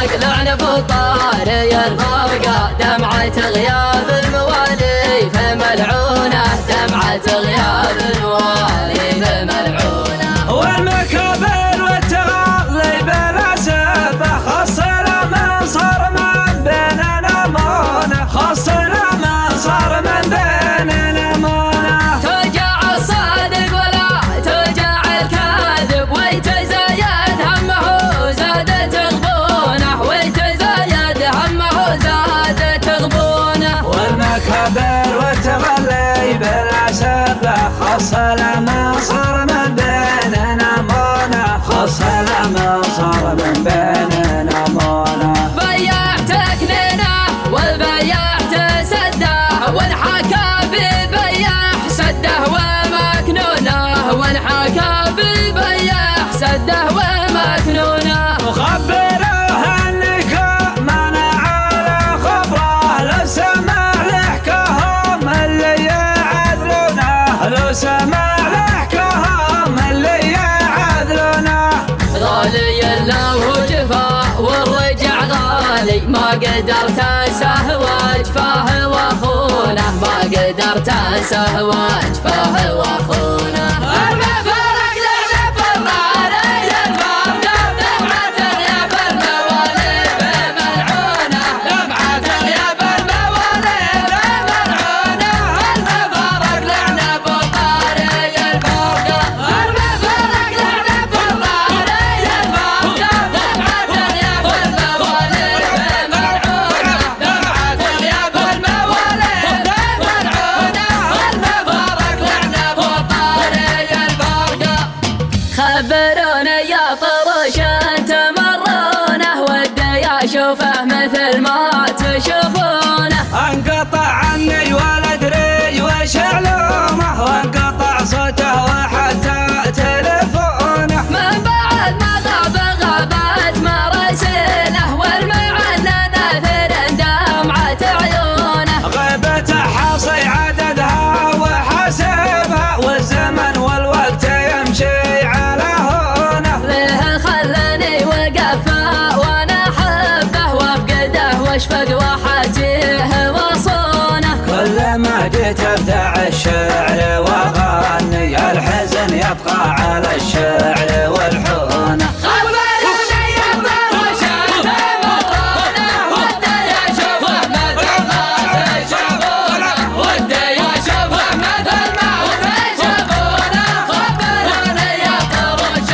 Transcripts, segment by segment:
فارق لعن بطاري الفرقة، دمعة غياب الموالي فملعونة، دمعة غياب الموالي فملعونة. والمكابر والتغالي بلا سبة، خصنا من صار من بيننا مونة، خصنا من صار من بيننا مونة. توجع الصادق ولا توجع الكاذب، ويتزايد همه زادت غبونه، ويتزايد همه زادت غبونه. والمكابر والتغلي بلا سبة، خصنا من صار من بيننا مونة، خصنا من صار من بيننا مونة. بياع تكنينه والبياع تسده، والحكى ببياع سده ومكنونه، والحكى ببياع سده ومكنونه. وخبروه انك منع على خبره، لو سمع لحكاهم اللي يعذلونه، لو سمع لحكاهم اللي يعذلونه. غالي له جفا والرجع غالي، ما قدرت انساه وجفاه واخونه، ما قدرت انساه وجفاه واخونه. المفارق لعن بطاري الفرقة، دمعة غياب الموالي فملعونة، دمعة غياب الموالي فملعونة. المفارق لعن بطاري الفرقة، المفارق لعن بطاري الفرقة، دمعة غياب الموالي فملعونة، دمعة غياب الموالي فملعونة. المفارق لعن بطاري الفرقة. خبروني يا طرش تمرونه، ودي اشوفه مثل ما تشوفونه. انقطع عني ولا ادري وش علومه، وانقطع صوته وحتى تلفونه. من بعد ما غاب غابت مراسيله، والمعنى ناثر دمعة عيونه. غيبته حاصي عددها وحاسبها، والزمن والوقت يمشي على هونه. ليه خلاني وقفه وانا احبه، وافقده واشفق وحاجيه وصونه. كل ما جيت ابدع الشعر واغني، الحزن يبقى على الشعر والحونه. خبروني يا طرش تمرونه، ودي اشوفه مثل ما تشوفونه، ودي اشوفه مثل ما تشوفونه. خبروني يا طرش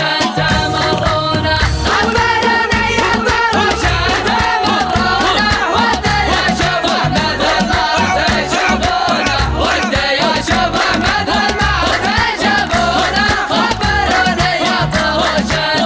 تمرونه، خبروني يا طرش تمرونه، ودي اشوفه مثل ما تشوفونه، ودي اشوفه مثل ما تشوفونه. خبروني يا طرش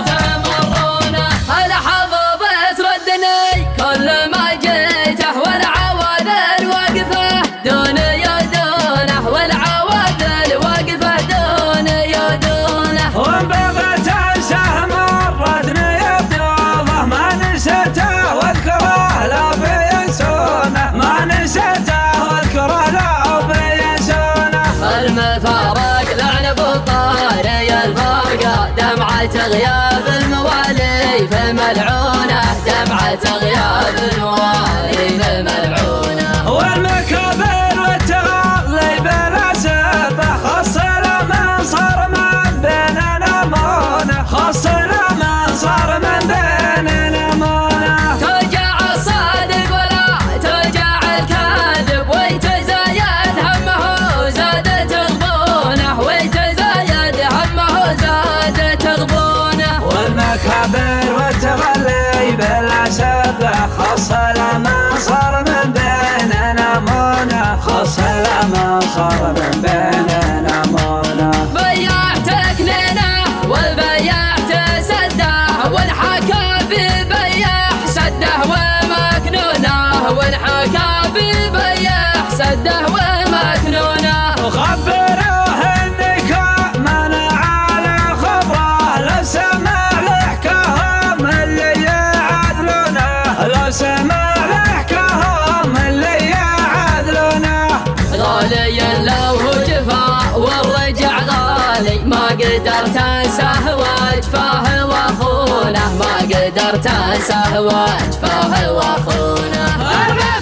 تمرونه. الحظوظ تردني كل ما جيته، والعواذل وقفه دوني ودونه، والعواذل وقفه دوني ودونه. وان بغيت انساه مرتني بضيوفه، ما نسيته واذكره لو بينسونه، ما نسيته واذكره لو بينسونه. المفارق لعن بطاري الفرقة، دمعة غياب الموالي فملعونة، دمعة غياب الموالي فملعونة. والمكابر والتغالي بلا سبة، خصنا من صار من بيننا مونة، خصنا من صار من بيننا مونة. توجع الصادق ولا توجع الكاذب، ويتزايد همه زادت غبونه، ويتزايد همه زادت غبونه. والمكابر والتغلي بلا سبة، خصنا من صار من بيننا مونة، خصنا من صار من بيننا مونة. بياع تكنينه والبياع تسده، والحكى ببياع سده ومكنونه، والحكى ببياع سده ومكنونه. وخبروه انك منع على خبره، لو سمع لحكاهم اللي يعذلونه، لو سمع لحكاهم اللي يعذلونه. غالي له جفا والرجع غالي، ما قدرت انساه وجفاه واخونه، ما قدرت انساه وجفاه واخونه.